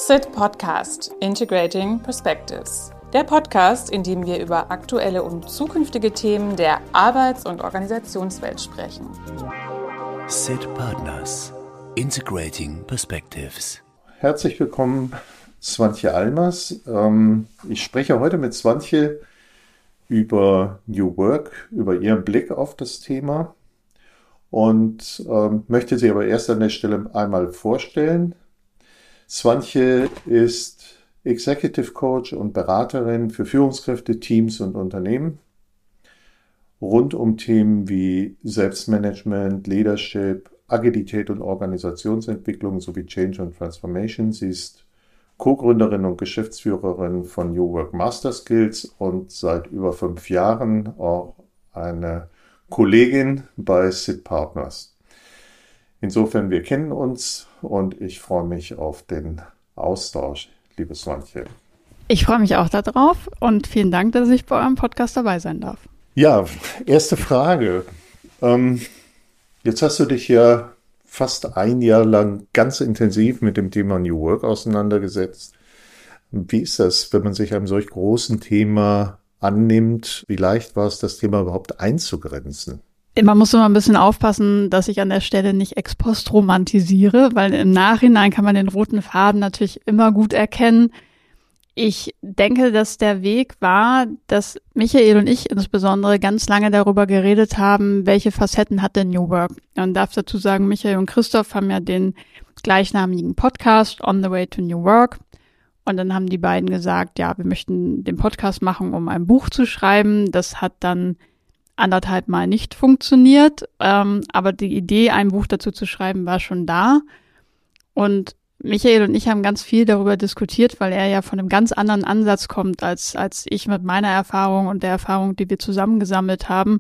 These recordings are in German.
SIT Podcast Integrating Perspectives. Der Podcast, in dem wir über aktuelle und zukünftige Themen der Arbeits- und Organisationswelt sprechen. SIT Partners Integrating Perspectives. Herzlich willkommen, Swantje Almers. Ich spreche heute mit Swantje über New Work, über ihren Blick auf das Thema und möchte sie aber erst an der Stelle einmal vorstellen. Swantje ist Executive Coach und Beraterin für Führungskräfte, Teams und Unternehmen rund um Themen wie Selbstmanagement, Leadership, Agilität und Organisationsentwicklung sowie Change und Transformation. Sie ist Co-Gründerin und Geschäftsführerin von New Work Master Skills und seit über 5 Jahren auch eine Kollegin bei SIT Partners. Insofern, wir kennen uns und ich freue mich auf den Austausch, liebe Swantje. Ich freue mich auch darauf und vielen Dank, dass ich bei eurem Podcast dabei sein darf. Ja, erste Frage. Jetzt hast du dich ja fast 1 Jahr lang ganz intensiv mit dem Thema New Work auseinandergesetzt. Wie ist das, wenn man sich einem solch großen Thema annimmt? Wie leicht war es, das Thema überhaupt einzugrenzen? Man muss immer ein bisschen aufpassen, dass ich an der Stelle nicht ex post romantisiere, weil im Nachhinein kann man den roten Faden natürlich immer gut erkennen. Ich denke, dass der Weg war, dass Michael und ich insbesondere ganz lange darüber geredet haben, welche Facetten hat denn New Work. Man darf dazu sagen, Michael und Christoph haben ja den gleichnamigen Podcast On the Way to New Work. Und dann haben die beiden gesagt, ja, wir möchten den Podcast machen, um ein Buch zu schreiben. Das hat dann 1,5 Mal nicht funktioniert, aber die Idee, ein Buch dazu zu schreiben, war schon da. Und Michael und ich haben ganz viel darüber diskutiert, weil er ja von einem ganz anderen Ansatz kommt, als ich mit meiner Erfahrung und der Erfahrung, die wir zusammengesammelt haben,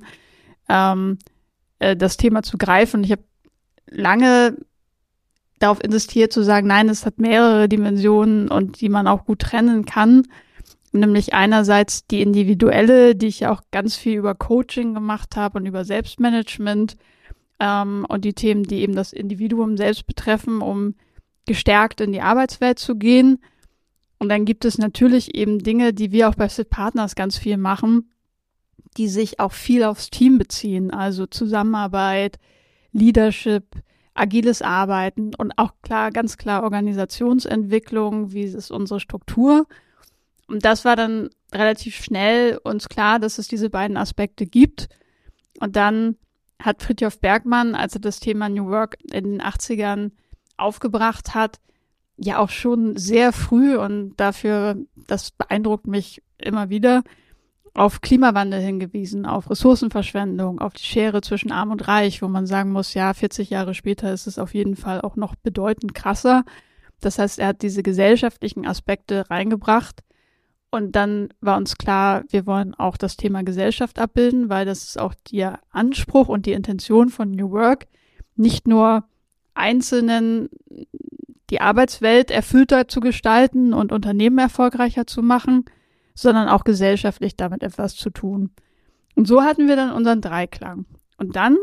das Thema zu greifen. Und ich habe lange darauf insistiert zu sagen, nein, es hat mehrere Dimensionen und die man auch gut trennen kann. Nämlich einerseits die individuelle, die ich ja auch ganz viel über Coaching gemacht habe und über Selbstmanagement und die Themen, die eben das Individuum selbst betreffen, um gestärkt in die Arbeitswelt zu gehen. Und dann gibt es natürlich eben Dinge, die wir auch bei SIT Partners ganz viel machen, die sich auch viel aufs Team beziehen, also Zusammenarbeit, Leadership, agiles Arbeiten und auch ganz klar Organisationsentwicklung, wie ist unsere Struktur. Und das war dann relativ schnell uns klar, dass es diese beiden Aspekte gibt. Und dann hat Fridtjof Bergmann, als er das Thema New Work in den 80ern aufgebracht hat, ja auch schon sehr früh und dafür, das beeindruckt mich immer wieder, auf Klimawandel hingewiesen, auf Ressourcenverschwendung, auf die Schere zwischen Arm und Reich, wo man sagen muss, ja, 40 Jahre später ist es auf jeden Fall auch noch bedeutend krasser. Das heißt, er hat diese gesellschaftlichen Aspekte reingebracht. Und dann war uns klar, wir wollen auch das Thema Gesellschaft abbilden, weil das ist auch der Anspruch und die Intention von New Work, nicht nur Einzelnen die Arbeitswelt erfüllter zu gestalten und Unternehmen erfolgreicher zu machen, sondern auch gesellschaftlich damit etwas zu tun. Und so hatten wir dann unseren Dreiklang. Und dann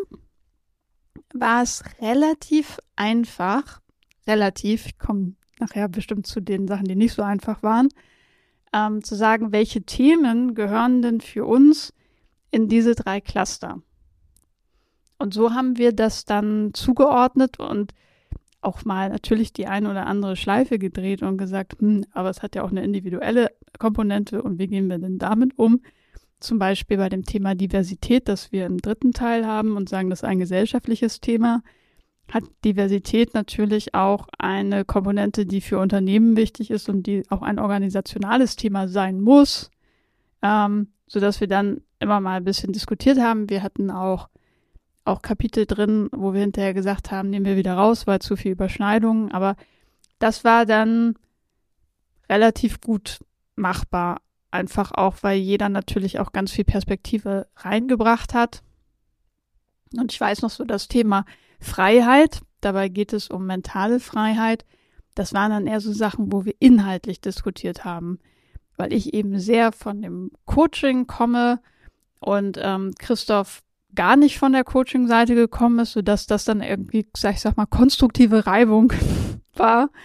war es relativ einfach, ich komme nachher bestimmt zu den Sachen, die nicht so einfach waren, zu sagen, welche Themen gehören denn für uns in diese 3 Cluster. Und so haben wir das dann zugeordnet und auch mal natürlich die eine oder andere Schleife gedreht und gesagt, aber es hat ja auch eine individuelle Komponente und wie gehen wir denn damit um? Zum Beispiel bei dem Thema Diversität, das wir im 3. Teil haben und sagen, das ist ein gesellschaftliches Thema, hat Diversität natürlich auch eine Komponente, die für Unternehmen wichtig ist und die auch ein organisationales Thema sein muss, sodass wir dann immer mal ein bisschen diskutiert haben. Wir hatten auch Kapitel drin, wo wir hinterher gesagt haben, nehmen wir wieder raus, weil zu viel Überschneidungen. Aber das war dann relativ gut machbar, einfach auch, weil jeder natürlich auch ganz viel Perspektive reingebracht hat. Und ich weiß noch so das Thema Freiheit, dabei geht es um mentale Freiheit. Das waren dann eher so Sachen, wo wir inhaltlich diskutiert haben, weil ich eben sehr von dem Coaching komme und Christoph gar nicht von der Coaching-Seite gekommen ist, sodass das dann irgendwie, ich sag mal, konstruktive Reibung war,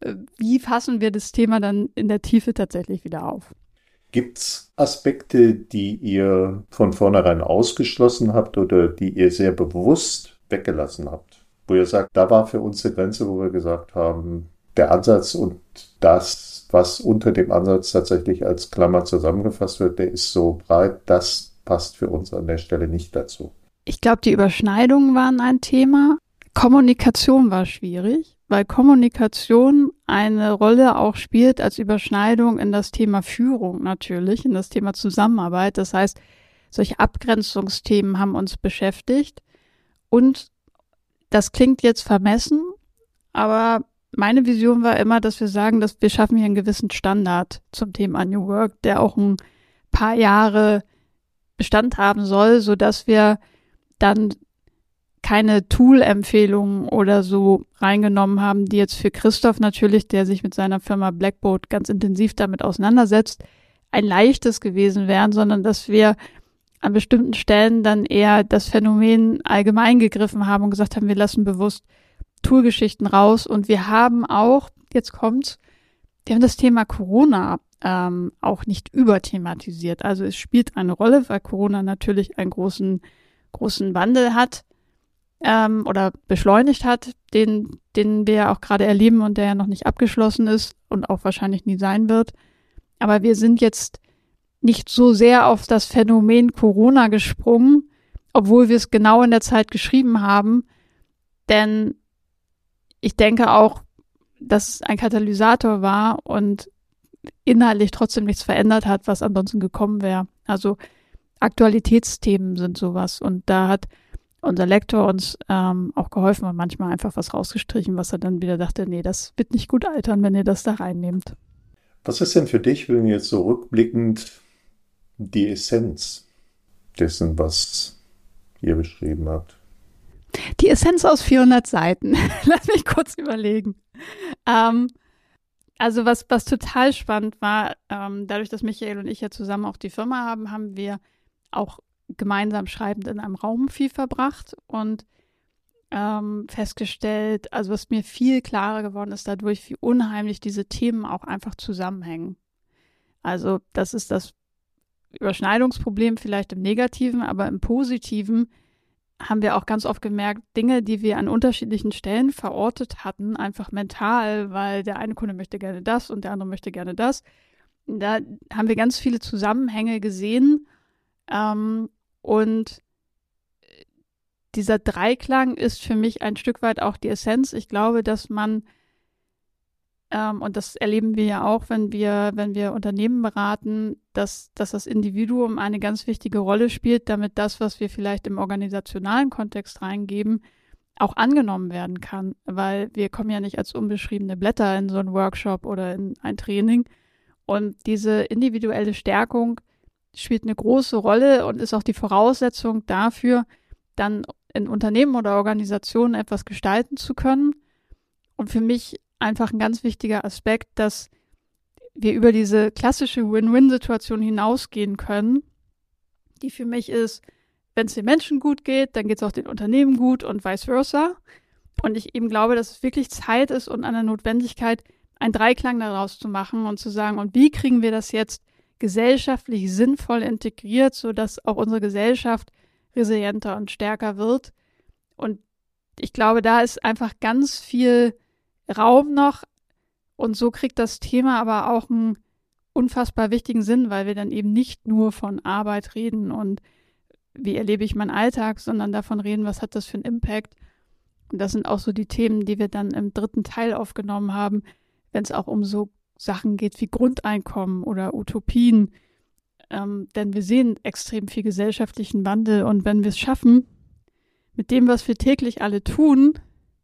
wie fassen wir das Thema dann in der Tiefe tatsächlich wieder auf? Gibt es Aspekte, die ihr von vornherein ausgeschlossen habt oder die ihr sehr bewusst weggelassen habt? Wo ihr sagt, da war für uns eine Grenze, wo wir gesagt haben, der Ansatz und das, was unter dem Ansatz tatsächlich als Klammer zusammengefasst wird, der ist so breit, das passt für uns an der Stelle nicht dazu. Ich glaube, die Überschneidungen waren ein Thema. Kommunikation war schwierig, weil Kommunikation eine Rolle auch spielt als Überschneidung in das Thema Führung natürlich, in das Thema Zusammenarbeit. Das heißt, solche Abgrenzungsthemen haben uns beschäftigt. Und das klingt jetzt vermessen, aber meine Vision war immer, dass wir sagen, dass wir schaffen hier einen gewissen Standard zum Thema New Work, der auch ein paar Jahre Bestand haben soll, sodass wir dann keine Tool-Empfehlungen oder so reingenommen haben, die jetzt für Christoph natürlich, der sich mit seiner Firma Blackboard ganz intensiv damit auseinandersetzt, ein leichtes gewesen wären, sondern dass wir an bestimmten Stellen dann eher das Phänomen allgemein gegriffen haben und gesagt haben, wir lassen bewusst Toolgeschichten raus und wir haben auch, jetzt kommt's, wir haben das Thema Corona auch nicht überthematisiert. Also es spielt eine Rolle, weil Corona natürlich einen großen Wandel hat oder beschleunigt hat, den wir ja auch gerade erleben und der ja noch nicht abgeschlossen ist und auch wahrscheinlich nie sein wird. Aber wir sind jetzt nicht so sehr auf das Phänomen Corona gesprungen, obwohl wir es genau in der Zeit geschrieben haben. Denn ich denke auch, dass es ein Katalysator war und inhaltlich trotzdem nichts verändert hat, was ansonsten gekommen wäre. Also Aktualitätsthemen sind sowas. Und da hat unser Lektor uns auch geholfen und manchmal einfach was rausgestrichen, was er dann wieder dachte, nee, das wird nicht gut altern, wenn ihr das da reinnehmt. Was ist denn für dich, wenn ihr jetzt so rückblickend die Essenz dessen, was ihr beschrieben habt? Die Essenz aus 400 Seiten. Lass mich kurz überlegen. Also was total spannend war, dadurch, dass Michael und ich ja zusammen auch die Firma haben, haben wir auch gemeinsam schreibend in einem Raum viel verbracht und festgestellt, also was mir viel klarer geworden ist dadurch, wie unheimlich diese Themen auch einfach zusammenhängen. Also das ist das Überschneidungsproblem vielleicht im Negativen, aber im Positiven haben wir auch ganz oft gemerkt, Dinge, die wir an unterschiedlichen Stellen verortet hatten, einfach mental, weil der eine Kunde möchte gerne das und der andere möchte gerne das. Da haben wir ganz viele Zusammenhänge gesehen und dieser Dreiklang ist für mich ein Stück weit auch die Essenz. Ich glaube, dass man, und das erleben wir ja auch, wenn wir Unternehmen beraten, dass das Individuum eine ganz wichtige Rolle spielt, damit das, was wir vielleicht im organisationalen Kontext reingeben, auch angenommen werden kann. Weil wir kommen ja nicht als unbeschriebene Blätter in so einen Workshop oder in ein Training. Und diese individuelle Stärkung spielt eine große Rolle und ist auch die Voraussetzung dafür, dann in Unternehmen oder Organisationen etwas gestalten zu können. Und für mich einfach ein ganz wichtiger Aspekt, dass wir über diese klassische Win-Win-Situation hinausgehen können, die für mich ist, wenn es den Menschen gut geht, dann geht es auch den Unternehmen gut und vice versa. Und ich eben glaube, dass es wirklich Zeit ist und eine Notwendigkeit, einen Dreiklang daraus zu machen und zu sagen, und wie kriegen wir das jetzt gesellschaftlich sinnvoll integriert, sodass auch unsere Gesellschaft resilienter und stärker wird. Und ich glaube, da ist einfach ganz viel Raum noch und so kriegt das Thema aber auch einen unfassbar wichtigen Sinn, weil wir dann eben nicht nur von Arbeit reden und wie erlebe ich meinen Alltag, sondern davon reden, was hat das für einen Impact. Und das sind auch so die Themen, die wir dann im 3. Teil aufgenommen haben, wenn es auch um so Sachen geht wie Grundeinkommen oder Utopien. Denn wir sehen extrem viel gesellschaftlichen Wandel und wenn wir es schaffen, mit dem, was wir täglich alle tun,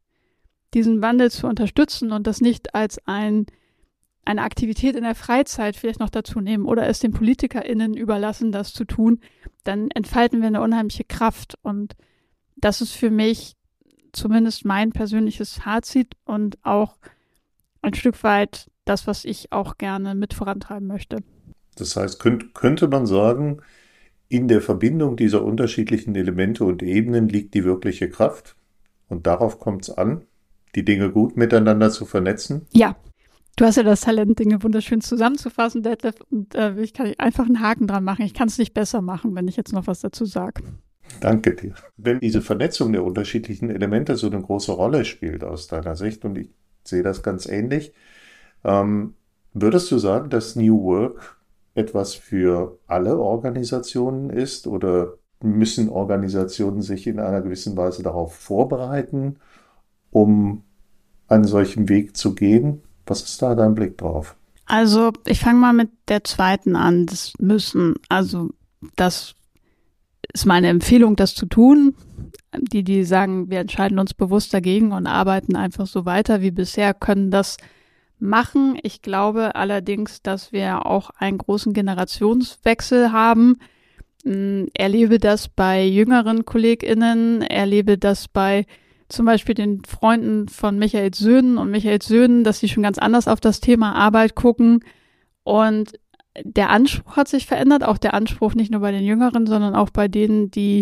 diesen Wandel zu unterstützen und das nicht als eine Aktivität in der Freizeit vielleicht noch dazu nehmen oder es den PolitikerInnen überlassen, das zu tun, dann entfalten wir eine unheimliche Kraft. Und das ist für mich zumindest mein persönliches Fazit und auch ein Stück weit das, was ich auch gerne mit vorantreiben möchte. Das heißt, könnte man sagen, in der Verbindung dieser unterschiedlichen Elemente und Ebenen liegt die wirkliche Kraft und darauf kommt es an, die Dinge gut miteinander zu vernetzen? Ja, Du hast ja das Talent, Dinge wunderschön zusammenzufassen, Detlef, und ich kann einfach einen Haken dran machen. Ich kann es nicht besser machen, wenn ich jetzt noch was dazu sage. Danke dir. Wenn diese Vernetzung der unterschiedlichen Elemente so eine große Rolle spielt aus deiner Sicht, und ich sehe das ganz ähnlich, würdest du sagen, dass New Work etwas für alle Organisationen ist, oder müssen Organisationen sich in einer gewissen Weise darauf vorbereiten, um einen solchen Weg zu gehen? Was ist da dein Blick drauf? Also ich fange mal mit der zweiten an, das Müssen. Also das ist meine Empfehlung, das zu tun. Die sagen, wir entscheiden uns bewusst dagegen und arbeiten einfach so weiter wie bisher, können das machen. Ich glaube allerdings, dass wir auch einen großen Generationswechsel haben. Erlebe das bei jüngeren KollegInnen, erlebe das bei zum Beispiel den Freunden von Michaels Söhnen, dass sie schon ganz anders auf das Thema Arbeit gucken. Und der Anspruch hat sich verändert, auch der Anspruch nicht nur bei den Jüngeren, sondern auch bei denen, die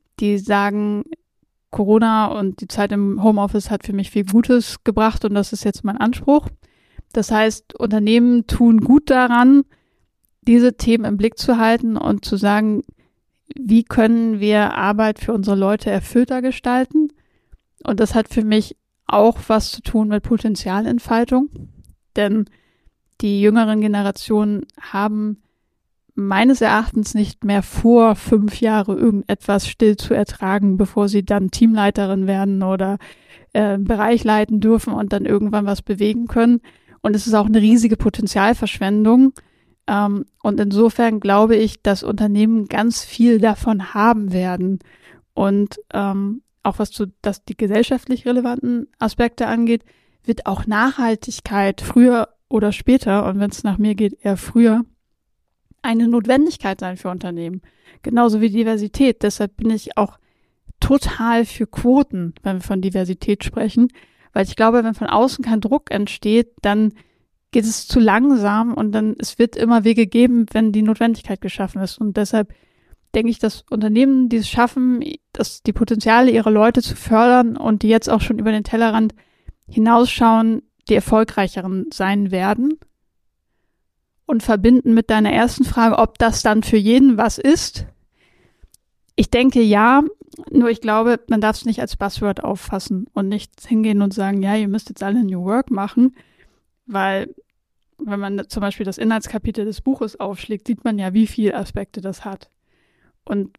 sagen, Corona und die Zeit im Homeoffice hat für mich viel Gutes gebracht und das ist jetzt mein Anspruch. Das heißt, Unternehmen tun gut daran, diese Themen im Blick zu halten und zu sagen, wie können wir Arbeit für unsere Leute erfüllter gestalten? Und das hat für mich auch was zu tun mit Potenzialentfaltung, denn die jüngeren Generationen haben meines Erachtens nicht mehr vor, 5 Jahre irgendetwas still zu ertragen, bevor sie dann Teamleiterin werden oder Bereich leiten dürfen und dann irgendwann was bewegen können. Und es ist auch eine riesige Potenzialverschwendung. Und insofern glaube ich, dass Unternehmen ganz viel davon haben werden. Und auch was die gesellschaftlich relevanten Aspekte angeht, wird auch Nachhaltigkeit früher oder später, und wenn es nach mir geht, eher früher, eine Notwendigkeit sein für Unternehmen. Genauso wie Diversität. Deshalb bin ich auch total für Quoten, wenn wir von Diversität sprechen. Weil ich glaube, wenn von außen kein Druck entsteht, dann geht es zu langsam und dann es wird immer Wege geben, wenn die Notwendigkeit geschaffen ist. Und deshalb denke ich, dass Unternehmen, die es schaffen, die Potenziale ihrer Leute zu fördern und die jetzt auch schon über den Tellerrand hinausschauen, die erfolgreicheren sein werden. Und verbinden mit deiner ersten Frage, ob das dann für jeden was ist. Ich denke ja, nur ich glaube, man darf es nicht als Buzzword auffassen und nicht hingehen und sagen, ja, ihr müsst jetzt alle New Work machen, weil wenn man zum Beispiel das Inhaltskapitel des Buches aufschlägt, sieht man ja, wie viele Aspekte das hat. Und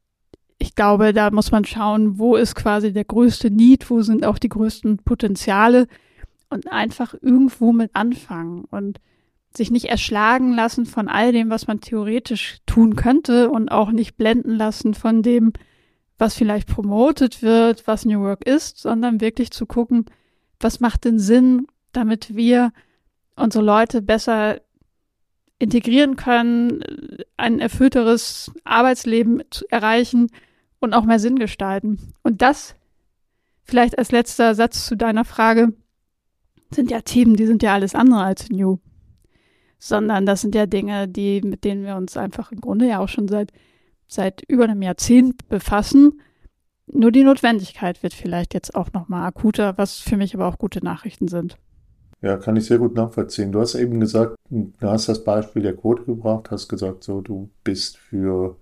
ich glaube, da muss man schauen, wo ist quasi der größte Need, wo sind auch die größten Potenziale und einfach irgendwo mit anfangen und sich nicht erschlagen lassen von all dem, was man theoretisch tun könnte und auch nicht blenden lassen von dem, was vielleicht promotet wird, was New Work ist, sondern wirklich zu gucken, was macht denn Sinn, damit wir unsere Leute besser integrieren können, ein erfüllteres Arbeitsleben zu erreichen und auch mehr Sinn gestalten. Und das vielleicht als letzter Satz zu deiner Frage sind ja Themen, die sind ja alles andere als New. Sondern das sind ja Dinge, mit denen wir uns einfach im Grunde ja auch schon seit über einem Jahrzehnt befassen. Nur die Notwendigkeit wird vielleicht jetzt auch nochmal akuter, was für mich aber auch gute Nachrichten sind. Ja, kann ich sehr gut nachvollziehen. Du hast eben gesagt, du hast das Beispiel der Quote gebracht, hast gesagt, so, du bist für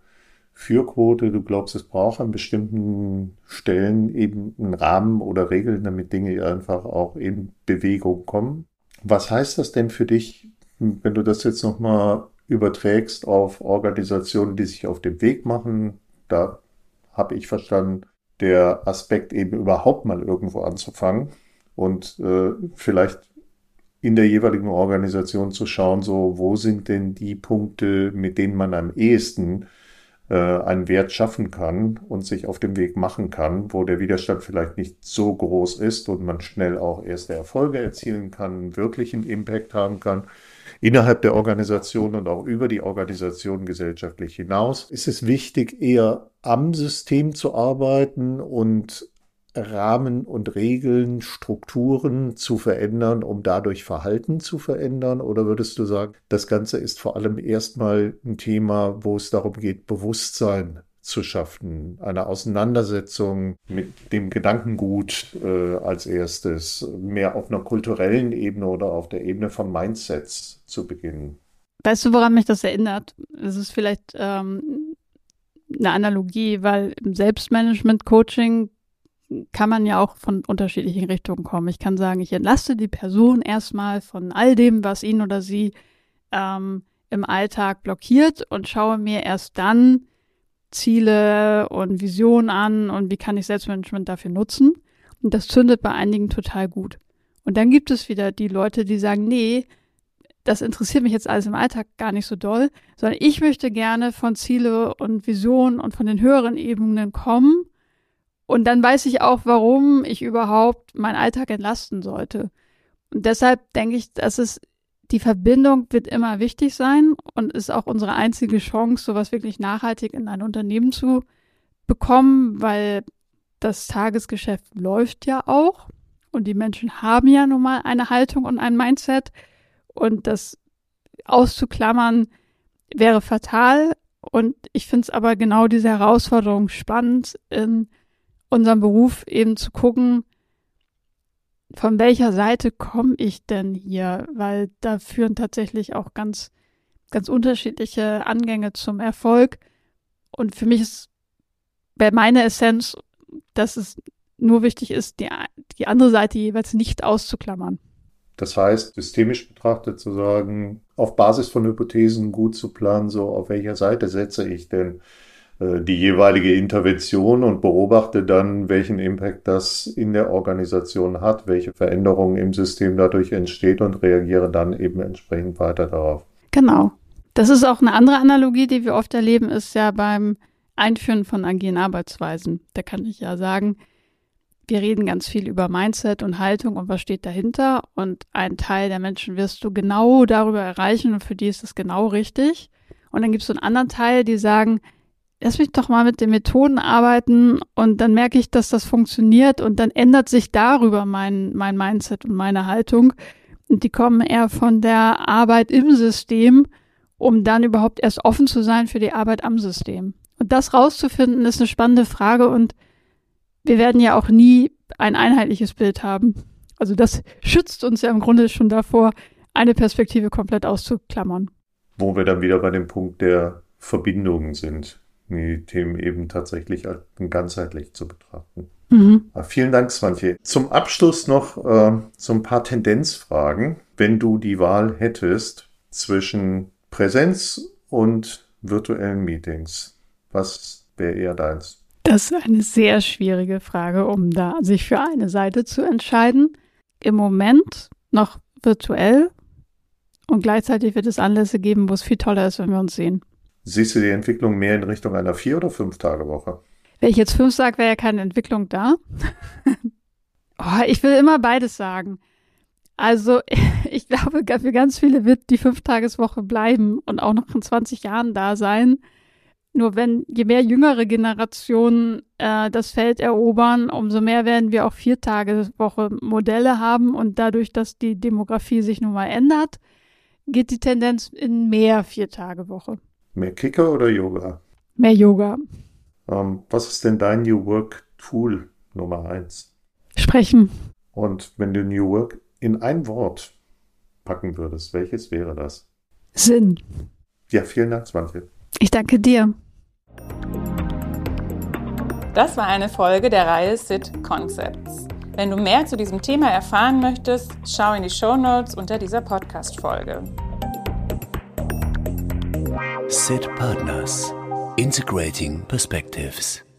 Quote, du glaubst, es braucht an bestimmten Stellen eben einen Rahmen oder Regeln, damit Dinge einfach auch in Bewegung kommen. Was heißt das denn für dich, wenn du das jetzt nochmal überträgst auf Organisationen, die sich auf den Weg machen? Da habe ich verstanden, der Aspekt eben überhaupt mal irgendwo anzufangen und vielleicht in der jeweiligen Organisation zu schauen, so wo sind denn die Punkte, mit denen man am ehesten einen Wert schaffen kann und sich auf den Weg machen kann, wo der Widerstand vielleicht nicht so groß ist und man schnell auch erste Erfolge erzielen kann, wirklichen Impact haben kann, innerhalb der Organisation und auch über die Organisation gesellschaftlich hinaus. Ist es wichtig, eher am System zu arbeiten und Rahmen und Regeln, Strukturen zu verändern, um dadurch Verhalten zu verändern? Oder würdest du sagen, das Ganze ist vor allem erstmal ein Thema, wo es darum geht, Bewusstsein zu schaffen, eine Auseinandersetzung mit dem Gedankengut als erstes, mehr auf einer kulturellen Ebene oder auf der Ebene von Mindsets zu beginnen. Weißt du, woran mich das erinnert? Es ist vielleicht eine Analogie, weil im Selbstmanagement-Coaching kann man ja auch von unterschiedlichen Richtungen kommen. Ich kann sagen, ich entlaste die Person erstmal von all dem, was ihn oder sie im Alltag blockiert und schaue mir erst dann Ziele und Visionen an und wie kann ich Selbstmanagement dafür nutzen. Und das zündet bei einigen total gut. Und dann gibt es wieder die Leute, die sagen, nee, das interessiert mich jetzt alles im Alltag gar nicht so doll, sondern ich möchte gerne von Ziele und Visionen und von den höheren Ebenen kommen. Und dann weiß ich auch, warum ich überhaupt meinen Alltag entlasten sollte. Und deshalb denke ich, dass die Verbindung wird immer wichtig sein und ist auch unsere einzige Chance, sowas wirklich nachhaltig in ein Unternehmen zu bekommen, weil das Tagesgeschäft läuft ja auch und die Menschen haben ja nun mal eine Haltung und ein Mindset und das auszuklammern wäre fatal und ich finde es aber genau diese Herausforderung spannend, in unserem Beruf eben zu gucken, von welcher Seite komme ich denn hier? Weil da führen tatsächlich auch ganz, ganz unterschiedliche Angänge zum Erfolg. Und für mich wäre meine Essenz, dass es nur wichtig ist, die andere Seite jeweils nicht auszuklammern. Das heißt, systemisch betrachtet zu sagen, auf Basis von Hypothesen gut zu planen, so auf welcher Seite setze ich denn die jeweilige Intervention und beobachte dann, welchen Impact das in der Organisation hat, welche Veränderungen im System dadurch entsteht und reagiere dann eben entsprechend weiter darauf. Genau. Das ist auch eine andere Analogie, die wir oft erleben, ist ja beim Einführen von agilen Arbeitsweisen. Da kann ich ja sagen, wir reden ganz viel über Mindset und Haltung und was steht dahinter und einen Teil der Menschen wirst du genau darüber erreichen und für die ist es genau richtig. Und dann gibt es so einen anderen Teil, die sagen, lass mich doch mal mit den Methoden arbeiten und dann merke ich, dass das funktioniert und dann ändert sich darüber mein Mindset und meine Haltung und die kommen eher von der Arbeit im System, um dann überhaupt erst offen zu sein für die Arbeit am System. Und das rauszufinden, ist eine spannende Frage und wir werden ja auch nie ein einheitliches Bild haben. Also das schützt uns ja im Grunde schon davor, eine Perspektive komplett auszuklammern. Wo wir dann wieder bei dem Punkt der Verbindungen sind. Die Themen eben tatsächlich ganzheitlich zu betrachten. Mhm. Vielen Dank, Swantje. Zum Abschluss noch so ein paar Tendenzfragen. Wenn du die Wahl hättest zwischen Präsenz und virtuellen Meetings, was wäre eher deins? Das ist eine sehr schwierige Frage, um da sich für eine Seite zu entscheiden. Im Moment noch virtuell und gleichzeitig wird es Anlässe geben, wo es viel toller ist, wenn wir uns sehen. Siehst du die Entwicklung mehr in Richtung einer 4- oder 5-Tage-Woche? Wenn ich jetzt 5 sage, wäre ja keine Entwicklung da. Ich will immer beides sagen. Also ich glaube, für ganz viele wird die 5-Tages-Woche bleiben und auch noch in 20 Jahren da sein. Nur je mehr jüngere Generationen das Feld erobern, umso mehr werden wir auch 4-Tage-Woche-Modelle haben und dadurch, dass die Demografie sich nun mal ändert, geht die Tendenz in mehr 4-Tage-Woche. Mehr Kicker oder Yoga? Mehr Yoga. Was ist denn dein New Work Tool Nummer 1? Sprechen. Und wenn du New Work in ein Wort packen würdest, welches wäre das? Sinn. Ja, vielen Dank, Swantje. Ich danke dir. Das war eine Folge der Reihe SIT Concepts. Wenn du mehr zu diesem Thema erfahren möchtest, schau in die Shownotes unter dieser Podcast-Folge. SIT Partners. Integrating Perspectives.